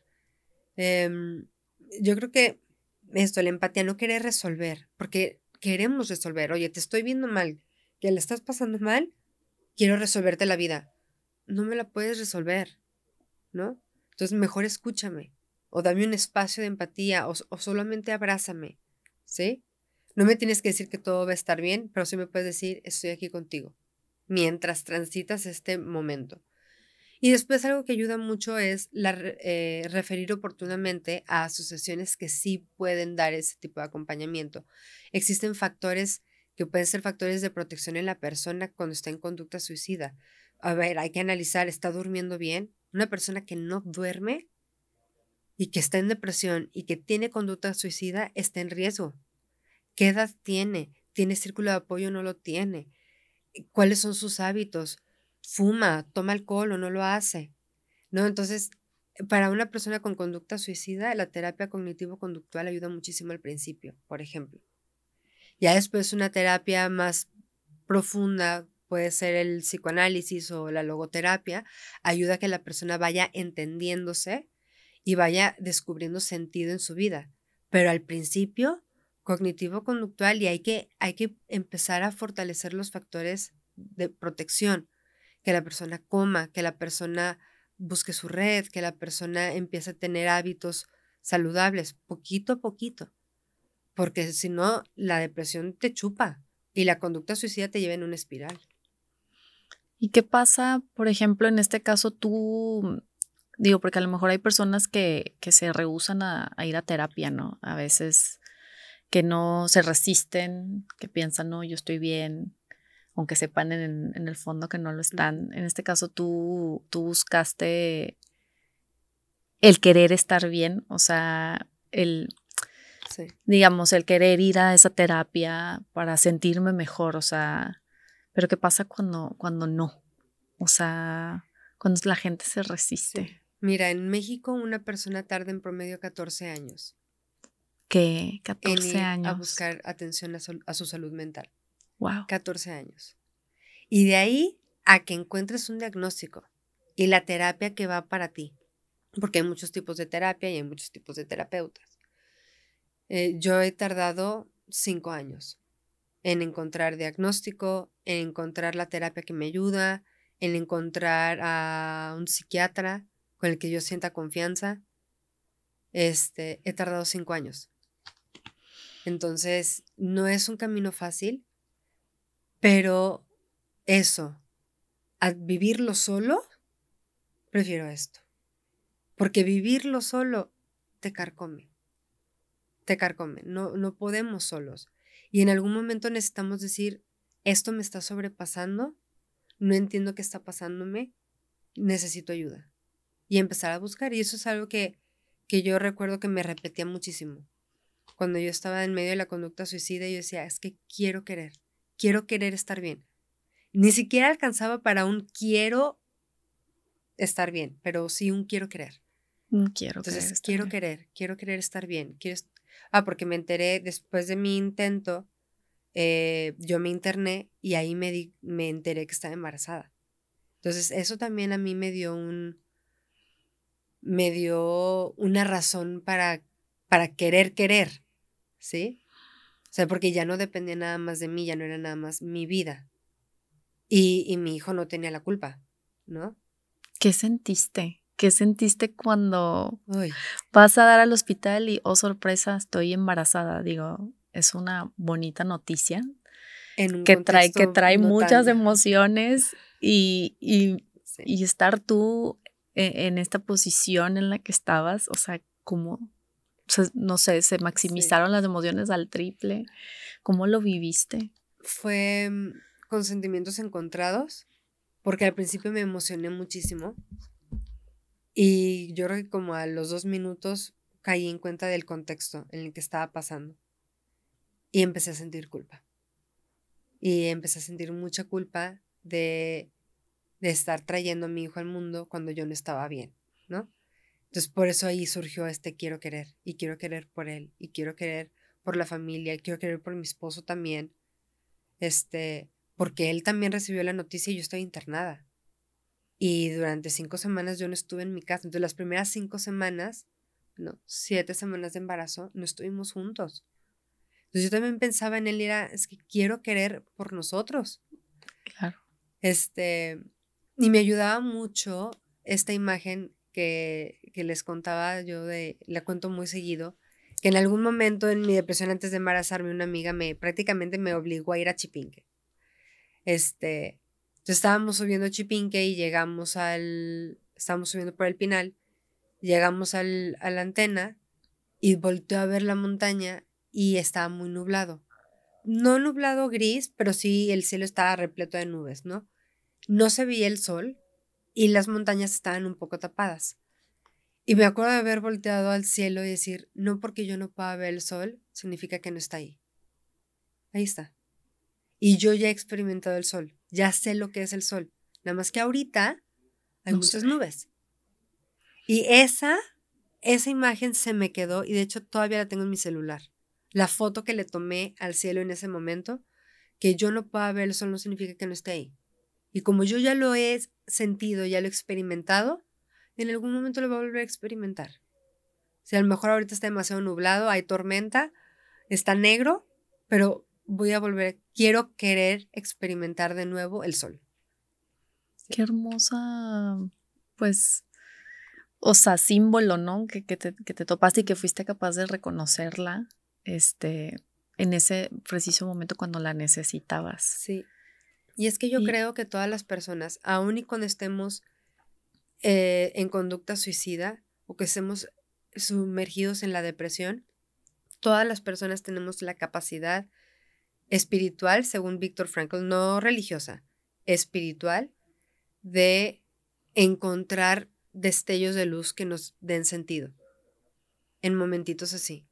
Yo creo que esto, la empatía, no querer resolver, porque queremos resolver. Oye, te estoy viendo mal, que le estás pasando mal, quiero resolverte la vida. No me la puedes resolver, ¿no? Entonces mejor escúchame, o dame un espacio de empatía, o solamente abrázame, ¿sí? No me tienes que decir que todo va a estar bien, pero sí me puedes decir, estoy aquí contigo, mientras transitas este momento. Y después algo que ayuda mucho es referir oportunamente a asociaciones que sí pueden dar ese tipo de acompañamiento. Existen factores que pueden ser factores de protección en la persona cuando está en conducta suicida. A ver, hay que analizar, ¿está durmiendo bien? Una persona que no duerme y que está en depresión y que tiene conducta suicida está en riesgo. ¿Qué edad tiene? ¿Tiene círculo de apoyo o no lo tiene? ¿Cuáles son sus hábitos? ¿Fuma? ¿Toma alcohol o no lo hace? ¿No? Entonces, para una persona con conducta suicida, la terapia cognitivo-conductual ayuda muchísimo al principio, por ejemplo. Ya después una terapia más profunda, puede ser el psicoanálisis o la logoterapia, ayuda a que la persona vaya entendiéndose y vaya descubriendo sentido en su vida. Pero al principio, cognitivo-conductual, y hay que empezar a fortalecer los factores de protección, que la persona coma, que la persona busque su red, que la persona empiece a tener hábitos saludables, poquito a poquito, porque si no, la depresión te chupa y la conducta suicida te lleva en una espiral. ¿Y qué pasa, por ejemplo, en este caso tú, digo, porque a lo mejor hay personas que se rehúsan a ir a terapia, ¿no? A veces que no se resisten, que piensan, no, yo estoy bien, aunque sepan en el fondo que no lo están. En este caso tú buscaste el querer estar bien, o sea, Sí. digamos, el querer ir a esa terapia para sentirme mejor, o sea, pero ¿qué pasa cuando no? O sea, cuando la gente se resiste. Sí. Mira, en México una persona tarda en promedio 14 años ¿Qué? en 14 ir a años. buscar atención a su salud mental. Wow. 14 años. Y de ahí a que encuentres un diagnóstico y la terapia que va para ti, porque hay muchos tipos de terapia y hay muchos tipos de terapeutas. Yo he tardado 5 años en encontrar diagnóstico, en encontrar la terapia que me ayuda, en encontrar a un psiquiatra con el que yo sienta confianza. He tardado 5 años. Entonces, no es un camino fácil, pero eso a vivirlo solo, prefiero esto. Porque vivirlo solo te carcome. No podemos solos. Y en algún momento necesitamos decir, esto me está sobrepasando, no entiendo qué está pasándome, necesito ayuda. Y empezar a buscar. Y eso es algo que yo recuerdo que me repetía muchísimo. Cuando yo estaba en medio de la conducta suicida, yo decía, es que quiero querer estar bien. Ni siquiera alcanzaba para un quiero estar bien, pero sí un quiero querer. Entonces, quiero querer estar bien. Porque me enteré después de mi intento, yo me interné y ahí me enteré que estaba embarazada. Entonces, eso también a mí me dio una razón para querer, ¿sí? O sea, porque ya no dependía nada más de mí, ya no era nada más mi vida. Y mi hijo no tenía la culpa, ¿no? ¿Qué sentiste? ¿Qué sentiste cuando Uy, vas a dar al hospital y, oh sorpresa, estoy embarazada? Digo, es una bonita noticia en un que contexto trae no muchas tan... emociones y Sí. estar tú en esta posición en la que estabas, o sea, como, no sé, se maximizaron las emociones al triple. ¿Cómo lo viviste? Fue con sentimientos encontrados, porque al principio me emocioné muchísimo y yo creo que como a los 2 minutos caí en cuenta del contexto en el que estaba pasando y empecé a sentir culpa. Y empecé a sentir mucha culpa de estar trayendo a mi hijo al mundo cuando yo no estaba bien, ¿no? Entonces por eso ahí surgió quiero querer, y quiero querer por él, y quiero querer por la familia, y quiero querer por mi esposo también, porque él también recibió la noticia y yo estoy internada. Y durante 5 semanas yo no estuve en mi casa. Entonces las primeras 5 semanas, no, 7 semanas de embarazo, no estuvimos juntos. Entonces yo también pensaba en él y es que quiero querer por nosotros. Claro. Y me ayudaba mucho esta imagen que les contaba yo, la cuento muy seguido, que en algún momento en mi depresión antes de embarazarme una amiga prácticamente me obligó a ir a Chipinque. Entonces estábamos subiendo Chipinque y estábamos subiendo por el Pinal, llegamos a la antena y volteé a ver la montaña y estaba muy nublado. No nublado gris, pero sí el cielo estaba repleto de nubes, ¿no? No se veía el sol y las montañas estaban un poco tapadas. Y me acuerdo de haber volteado al cielo y decir, no porque yo no pueda ver el sol, significa que no está ahí. Ahí está. Y yo ya he experimentado el sol, ya sé lo que es el sol. Nada más que ahorita hay No muchas sé. nubes. Y esa imagen se me quedó y de hecho todavía la tengo en mi celular. La foto que le tomé al cielo en ese momento, que yo no pueda ver el sol no significa que no esté ahí. Y como yo ya lo he sentido, ya lo he experimentado, en algún momento lo voy a volver a experimentar. Si a lo mejor ahorita está demasiado nublado, hay tormenta, está negro, pero quiero querer experimentar de nuevo el sol. Qué hermosa, pues, o sea, símbolo, ¿no? Que te topaste y que fuiste capaz de reconocerla, en ese preciso momento cuando la necesitabas. Sí. Y es que yo creo que todas las personas, aun y cuando estemos en conducta suicida o que estemos sumergidos en la depresión, todas las personas tenemos la capacidad espiritual, según Viktor Frankl, no religiosa, espiritual, de encontrar destellos de luz que nos den sentido en momentitos así.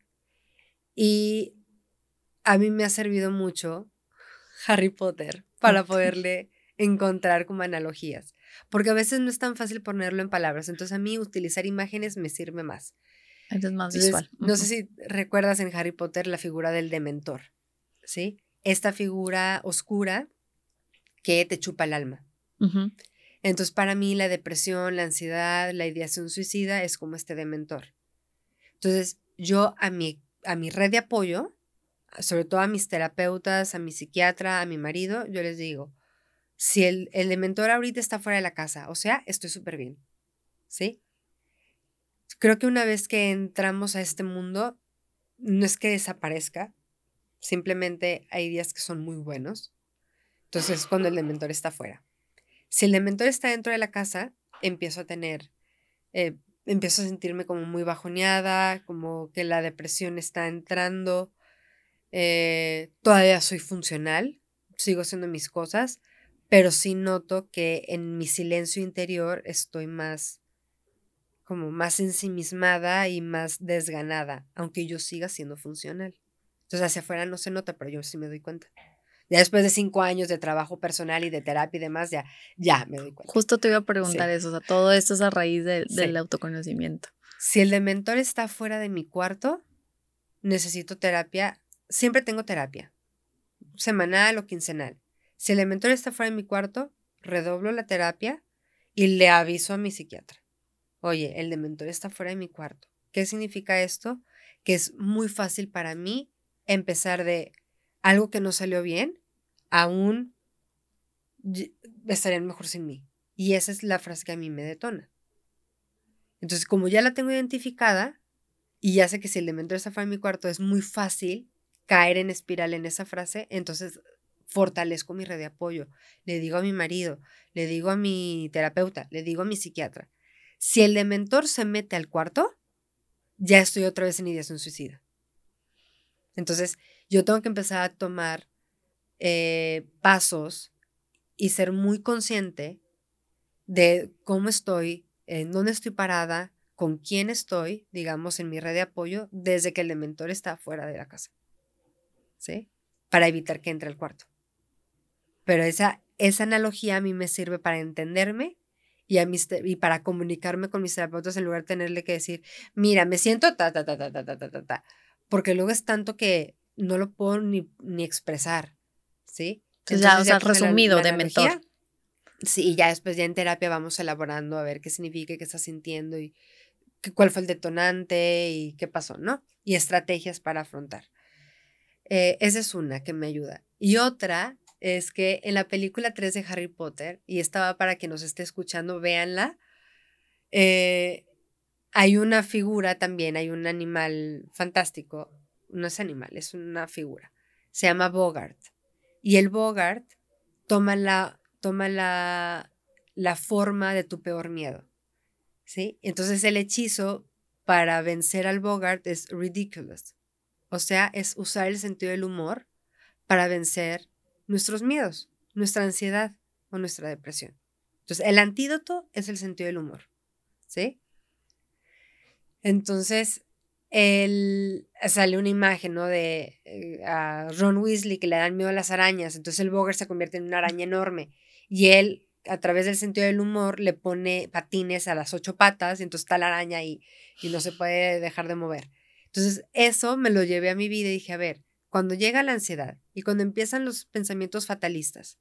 Y a mí me ha servido mucho Harry Potter para poderle encontrar como analogías, porque a veces no es tan fácil ponerlo en palabras, entonces a mí utilizar imágenes me sirve más. Es más Entonces, visual. no sé si recuerdas en Harry Potter la figura del Dementor, ¿sí? Esta figura oscura que te chupa el alma. Entonces, para mí la depresión, la ansiedad, la ideación suicida es como este Dementor. Entonces, yo a mi red de apoyo, sobre todo a mis terapeutas, a mi psiquiatra, a mi marido, yo les digo, si el Dementor ahorita está fuera de la casa, o sea, estoy súper bien, ¿sí? Creo que una vez que entramos a este mundo, no es que desaparezca, simplemente hay días que son muy buenos. Entonces es cuando el dementor está afuera. Si el dementor está dentro de la casa, empiezo a sentirme como muy bajoneada, como que la depresión está entrando. Todavía soy funcional, sigo haciendo mis cosas, pero sí noto que en mi silencio interior estoy más ensimismada y más desganada, aunque yo siga siendo funcional. Entonces hacia afuera no se nota, pero yo sí me doy cuenta. Ya después de 5 años de trabajo personal y de terapia y demás, ya me doy cuenta. Justo te iba a preguntar Sí. eso, o sea, todo esto es a raíz del Sí. autoconocimiento. Si el dementor está fuera de mi cuarto, necesito terapia. Siempre tengo terapia, semanal o quincenal. Si el dementor está fuera de mi cuarto, redoblo la terapia y le aviso a mi psiquiatra. Oye, el dementor está fuera de mi cuarto. ¿Qué significa esto? Que es muy fácil para mí empezar de algo que no salió bien a un estarían mejor sin mí. Y esa es la frase que a mí me detona. Entonces, como ya la tengo identificada y ya sé que si el dementor está fuera de mi cuarto es muy fácil caer en espiral en esa frase, entonces fortalezco mi red de apoyo. Le digo a mi marido, le digo a mi terapeuta, le digo a mi psiquiatra. Si el dementor se mete al cuarto, ya estoy otra vez en ideación suicida. Entonces, yo tengo que empezar a tomar pasos y ser muy consciente de cómo estoy, en dónde estoy parada, con quién estoy, digamos, en mi red de apoyo, desde que el dementor está fuera de la casa, ¿sí? Para evitar que entre al cuarto. Pero esa analogía a mí me sirve para entenderme y para comunicarme con mis terapeutas en lugar de tenerle que decir, mira, me siento ta. Porque luego es tanto que no lo puedo ni expresar, ¿sí? Entonces ya, o sea, con resumido, la dementor. analogía, sí, y ya después ya en terapia vamos elaborando a ver qué significa, qué estás sintiendo y cuál fue el detonante y qué pasó, ¿no? Y estrategias para afrontar. Esa es una que me ayuda. Y otra es que en la película 3 de Harry Potter, y estaba para quien nos esté escuchando, véanla, hay una figura también, hay un animal fantástico, no es animal, es una figura, se llama Bogart. Y el Bogart toma la forma de tu peor miedo, ¿sí? Entonces el hechizo para vencer al Bogart es ridiculous. O sea, es usar el sentido del humor para vencer nuestros miedos, nuestra ansiedad o nuestra depresión. Entonces, el antídoto es el sentido del humor, ¿sí? Entonces, sale una imagen, ¿no? De a Ron Weasley que le dan miedo a las arañas. Entonces, el Bogart se convierte en una araña enorme. Y él, a través del sentido del humor, le pone patines a las 8 patas. Y entonces está la araña ahí y no se puede dejar de mover. Entonces, eso me lo llevé a mi vida y dije, a ver, cuando llega la ansiedad y cuando empiezan los pensamientos fatalistas,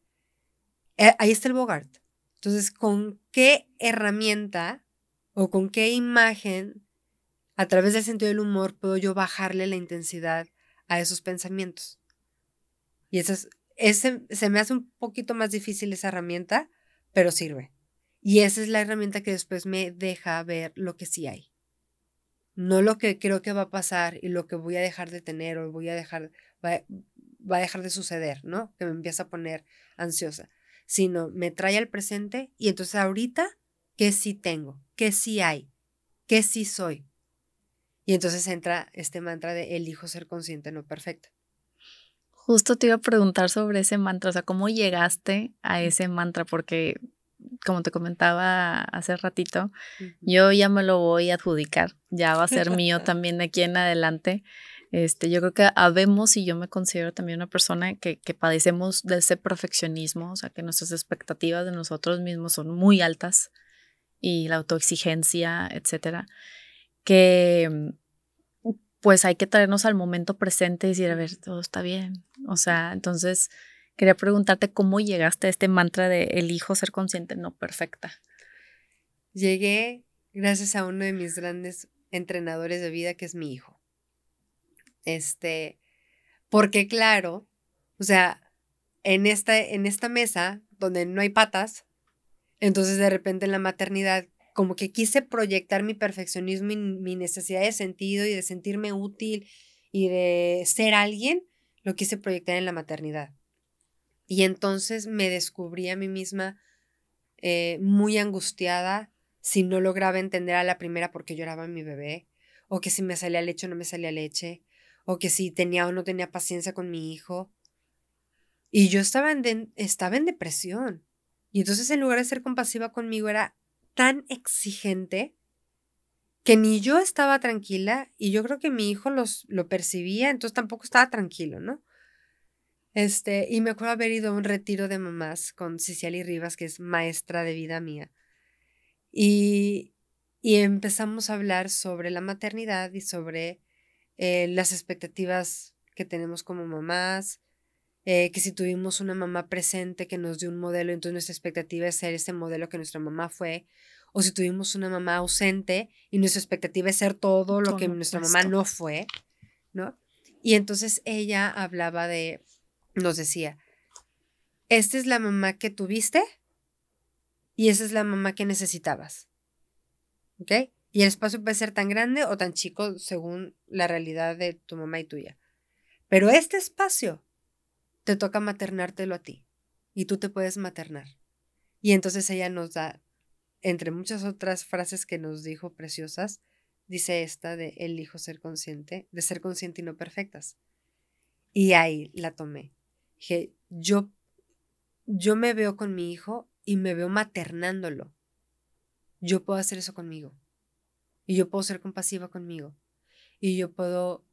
ahí está el Bogart. Entonces, ¿con qué herramienta o con qué imagen a través del sentido del humor puedo yo bajarle la intensidad a esos pensamientos? Y se me hace un poquito más difícil esa herramienta, pero sirve. Y esa es la herramienta que después me deja ver lo que sí hay. No lo que creo que va a pasar y lo que voy a dejar de tener o va a dejar de suceder, ¿no? Que me empieza a poner ansiosa. Sino me trae al presente y entonces ahorita, ¿qué sí tengo? ¿Qué sí hay? ¿Qué sí soy? Y entonces entra este mantra de elijo ser consciente, no perfecta. Justo te iba a preguntar sobre ese mantra, o sea, ¿cómo llegaste a ese mantra? Porque, como te comentaba hace ratito, yo ya me lo voy a adjudicar, ya va a ser mío también de aquí en adelante. Yo creo que habemos, y yo me considero también una persona que padecemos de ese perfeccionismo, o sea, que nuestras expectativas de nosotros mismos son muy altas y la autoexigencia, etcétera, que pues hay que traernos al momento presente y decir, a ver, todo está bien. O sea, entonces quería preguntarte cómo llegaste a este mantra de elijo ser consciente, no perfecta. Llegué gracias a uno de mis grandes entrenadores de vida, que es mi hijo. Porque claro, o sea, en esta mesa donde no hay patas, entonces de repente en la maternidad como que quise proyectar mi perfeccionismo y mi necesidad de sentido y de sentirme útil y de ser alguien, lo quise proyectar en la maternidad. Y entonces me descubrí a mí misma muy angustiada si no lograba entender a la primera por qué lloraba mi bebé, o que si me salía leche o no me salía leche, o que si tenía o no tenía paciencia con mi hijo. Y yo estaba en depresión. Y entonces en lugar de ser compasiva conmigo era tan exigente que ni yo estaba tranquila y yo creo que mi hijo lo percibía, entonces tampoco estaba tranquilo, ¿no? Y me acuerdo haber ido a un retiro de mamás con Ciciely Rivas, que es maestra de vida mía. Y, y empezamos a hablar sobre la maternidad y sobre las expectativas que tenemos como mamás, que si tuvimos una mamá presente que nos dio un modelo, entonces nuestra expectativa es ser ese modelo que nuestra mamá fue, o si tuvimos una mamá ausente y nuestra expectativa es ser todo lo Todo que lo nuestra mamá opuesto. no fue, ¿no? Y entonces ella nos decía, esta es la mamá que tuviste y esa es la mamá que necesitabas, ¿ok? Y el espacio puede ser tan grande o tan chico según la realidad de tu mamá y tuya. Pero este espacio te toca maternártelo a ti y tú te puedes maternar. Y entonces ella nos da, entre muchas otras frases que nos dijo preciosas, dice esta de elijo ser consciente, de ser consciente y no perfectas. Y ahí la tomé. Dije, yo me veo con mi hijo y me veo maternándolo. Yo puedo hacer eso conmigo. Y yo puedo ser compasiva conmigo. Y yo puedo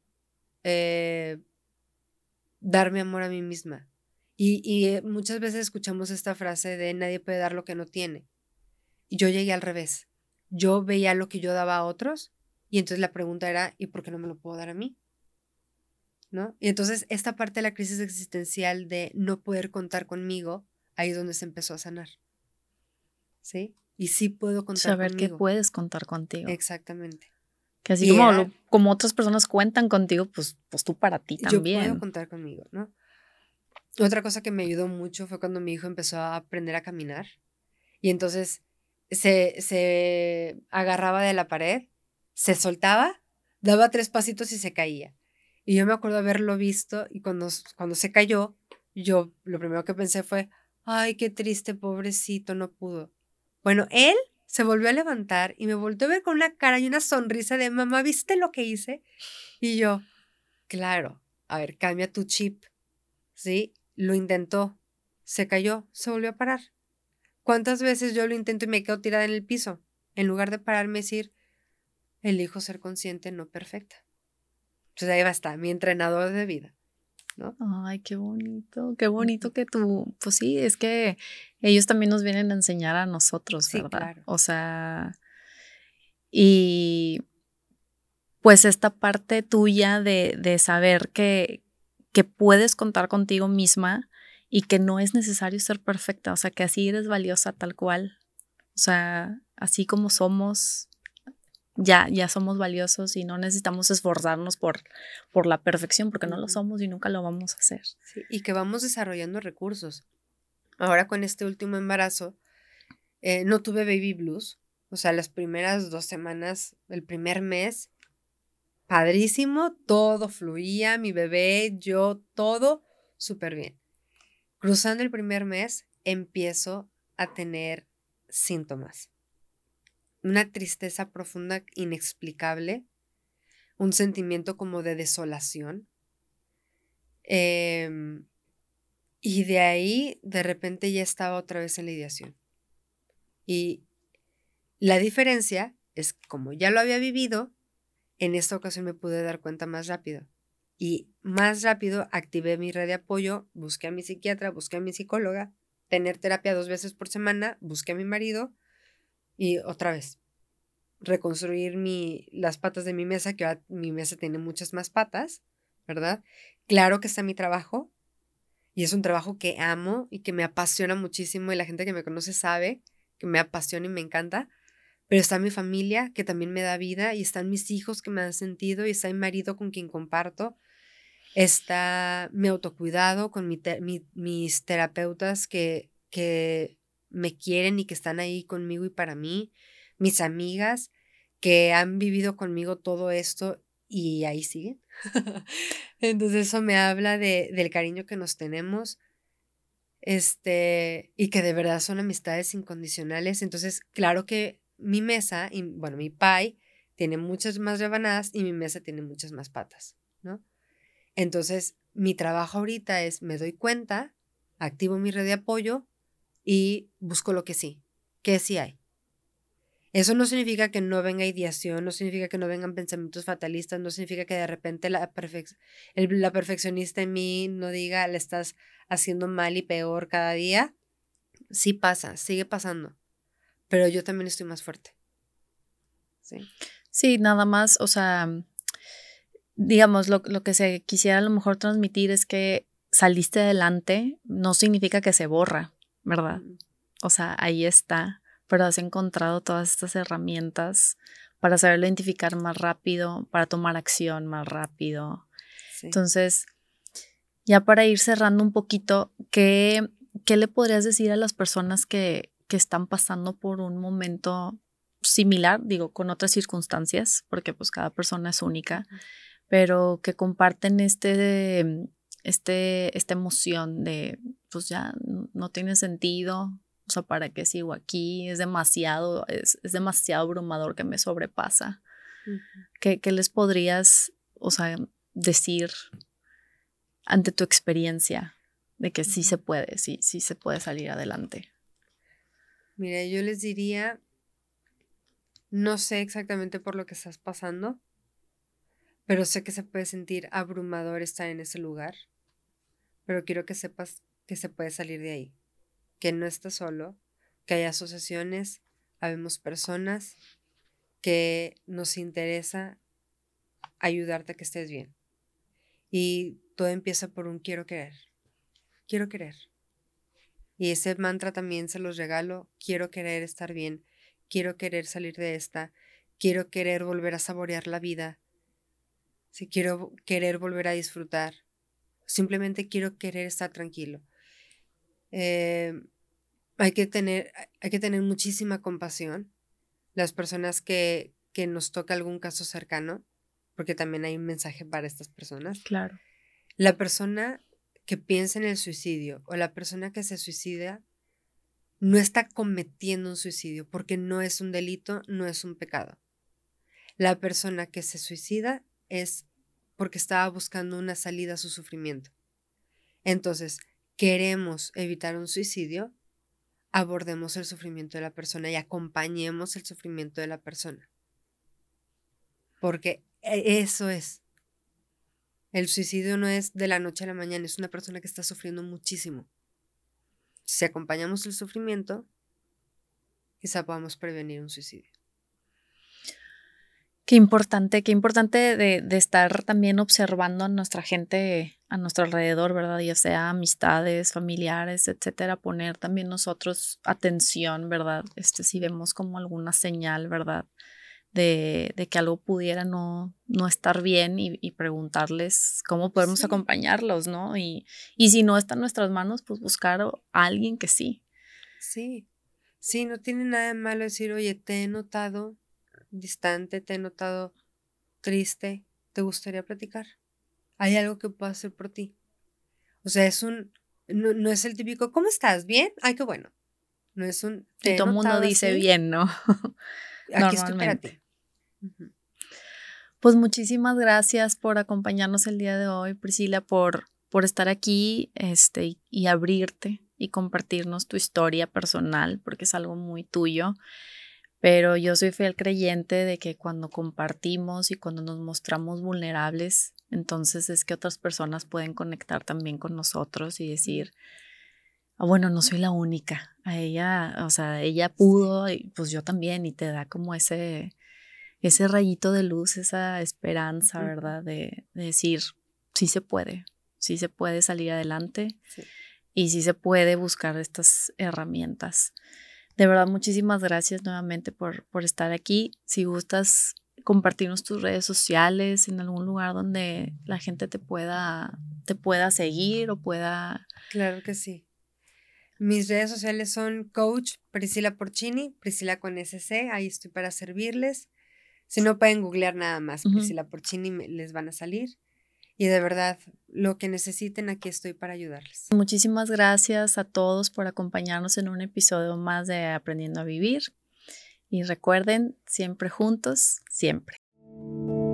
darme amor a mí misma. Y muchas veces escuchamos esta frase de nadie puede dar lo que no tiene. Y yo llegué al revés. Yo veía lo que yo daba a otros y entonces la pregunta era, ¿y por qué no me lo puedo dar a mí? ¿No? Y entonces esta parte de la crisis existencial de no poder contar conmigo, ahí es donde se empezó a sanar. ¿Sí? Y sí puedo contar Saber que conmigo. puedes contar contigo. Exactamente. Que así Y era, como otras personas cuentan contigo, pues tú para ti yo puedo también. contar conmigo, ¿no? Otra cosa que me ayudó mucho fue cuando mi hijo empezó a aprender a caminar y entonces se agarraba de la pared, se soltaba, daba 3 pasitos y se caía. Y yo me acuerdo haberlo visto y cuando se cayó, yo lo primero que pensé fue, ay, qué triste, pobrecito, no pudo. Bueno, él se volvió a levantar y me volvió a ver con una cara y una sonrisa de, mamá, ¿viste lo que hice? Y yo, claro, a ver, cambia tu chip, ¿sí? Lo intentó, se cayó, se volvió a parar. ¿Cuántas veces yo lo intento y me quedo tirada en el piso? En lugar de pararme y decir, elijo ser consciente, no perfecta. Entonces ahí va a estar, mi entrenador de vida, ¿no? Ay, qué bonito que tú, pues sí, es que ellos también nos vienen a enseñar a nosotros, Sí, ¿verdad? claro. O sea, y pues esta parte tuya de saber que puedes contar contigo misma y que no es necesario ser perfecta, o sea, que así eres valiosa tal cual, o sea, así como somos, ya somos valiosos y no necesitamos esforzarnos por la perfección, porque no lo somos y nunca lo vamos a hacer. Sí, y que vamos desarrollando recursos. Ahora con este último embarazo, no tuve baby blues, o sea, las primeras 2 semanas, el primer mes, padrísimo, todo fluía, mi bebé, yo, todo súper bien. Cruzando el primer mes, empiezo a tener síntomas. Una tristeza profunda, inexplicable, un sentimiento como de desolación. Y de ahí, de repente, ya estaba otra vez en la ideación. Y la diferencia es que como ya lo había vivido, en esta ocasión me pude dar cuenta más rápido. Y más rápido activé mi red de apoyo, busqué a mi psiquiatra, busqué a mi psicóloga, tener terapia 2 veces por semana, busqué a mi marido y otra vez reconstruir las patas de mi mesa, que ahora mi mesa tiene muchas más patas, ¿verdad? Claro que está mi trabajo y es un trabajo que amo y que me apasiona muchísimo y la gente que me conoce sabe que me apasiona y me encanta, pero está mi familia que también me da vida y están mis hijos que me dan sentido y está mi marido con quien comparto, está mi autocuidado con mis terapeutas que me quieren y que están ahí conmigo y para mí, mis amigas que han vivido conmigo todo esto y ahí siguen. Entonces eso me habla del cariño que nos tenemos. y que de verdad son amistades incondicionales. Entonces, claro que mi mesa, y bueno, mi pie tiene muchas más rebanadas y mi mesa tiene muchas más patas, ¿no? Entonces, mi trabajo ahorita es, me doy cuenta, activo mi red de apoyo y busco lo que sí hay. Eso no significa que no venga ideación, no significa que no vengan pensamientos fatalistas, no significa que de repente la perfeccionista en mí no diga, le estás haciendo mal y peor cada día. Sí pasa, sigue pasando, pero yo también estoy más fuerte. Sí. Sí, nada más, o sea, digamos, lo que se quisiera a lo mejor transmitir es que saliste adelante, no significa que se borra, ¿verdad? O sea, ahí está, pero has encontrado todas estas herramientas para saber identificar más rápido, para tomar acción más rápido. Sí. Entonces, ya para ir cerrando un poquito, ¿qué le podrías decir a las personas que están pasando por un momento similar, digo, con otras circunstancias, porque pues cada persona es única, pero que comparten esta emoción de, pues ya no tiene sentido, o sea, ¿para qué sigo aquí? Es demasiado abrumador que me sobrepasa. ¿Qué les podrías, o sea, decir ante tu experiencia de que sí se puede, sí se puede salir adelante? Mira, yo les diría, no sé exactamente por lo que estás pasando, pero sé que se puede sentir abrumador estar en ese lugar, pero quiero que sepas que se puede salir de ahí, que no estás solo, que hay asociaciones, habemos personas que nos interesa ayudarte a que estés bien. Y todo empieza por un quiero querer. Quiero querer. Y ese mantra también se los regalo. Quiero querer estar bien. Quiero querer salir de esta. Quiero querer volver a saborear la vida. Si quiero querer volver a disfrutar. Simplemente quiero querer estar tranquilo. Hay que tener muchísima compasión. Las personas que nos toca algún caso cercano, porque también hay un mensaje para estas personas. Claro. La persona que piensa en el suicidio o la persona que se suicida no está cometiendo un suicidio porque no es un delito, no es un pecado. La persona que se suicida es porque estaba buscando una salida a su sufrimiento. Entonces, queremos evitar un suicidio, abordemos el sufrimiento de la persona y acompañemos el sufrimiento de la persona. Porque eso es. El suicidio no es de la noche a la mañana, es una persona que está sufriendo muchísimo. Si acompañamos el sufrimiento, quizá podamos prevenir un suicidio. Qué importante de estar también observando a nuestra gente a nuestro alrededor, ¿verdad? Ya sea amistades, familiares, etcétera, poner también nosotros atención, ¿verdad? Si vemos como alguna señal, ¿verdad? De que algo pudiera no estar bien y preguntarles cómo podemos acompañarlos, ¿no? Y si no está en nuestras manos, pues buscar a alguien que sí. Sí, no tiene nada de malo decir, oye, te he notado distante, te he notado triste, ¿te gustaría platicar? ¿Hay algo que pueda hacer por ti? O sea, no es el típico, ¿cómo estás? ¿Bien? Ay, qué bueno. No es un, Y todo el mundo dice así, bien, ¿no? Aquí estoy para ti. Pues muchísimas gracias por acompañarnos el día de hoy, Priscila, por estar aquí y abrirte y compartirnos tu historia personal, porque es algo muy tuyo. Pero yo soy fiel creyente de que cuando compartimos y cuando nos mostramos vulnerables, entonces es que otras personas pueden conectar también con nosotros y decir, bueno, no soy la única. A ella, o sea, ella pudo y pues yo también, y te da como ese rayito de luz, esa esperanza, ¿verdad? De decir, sí se puede salir adelante y sí se puede buscar estas herramientas. De verdad, muchísimas gracias nuevamente por estar aquí. Si gustas compartirnos tus redes sociales en algún lugar donde la gente te pueda seguir o pueda... Claro que sí. Mis redes sociales son Coach Priscila Porcini, Priscila con SC, ahí estoy para servirles. Si no, pueden googlear nada más, Priscila Porcini, les van a salir. Y de verdad, lo que necesiten, aquí estoy para ayudarles. Muchísimas gracias a todos por acompañarnos en un episodio más de Aprendiendo a Vivir. Y recuerden, siempre juntos, siempre.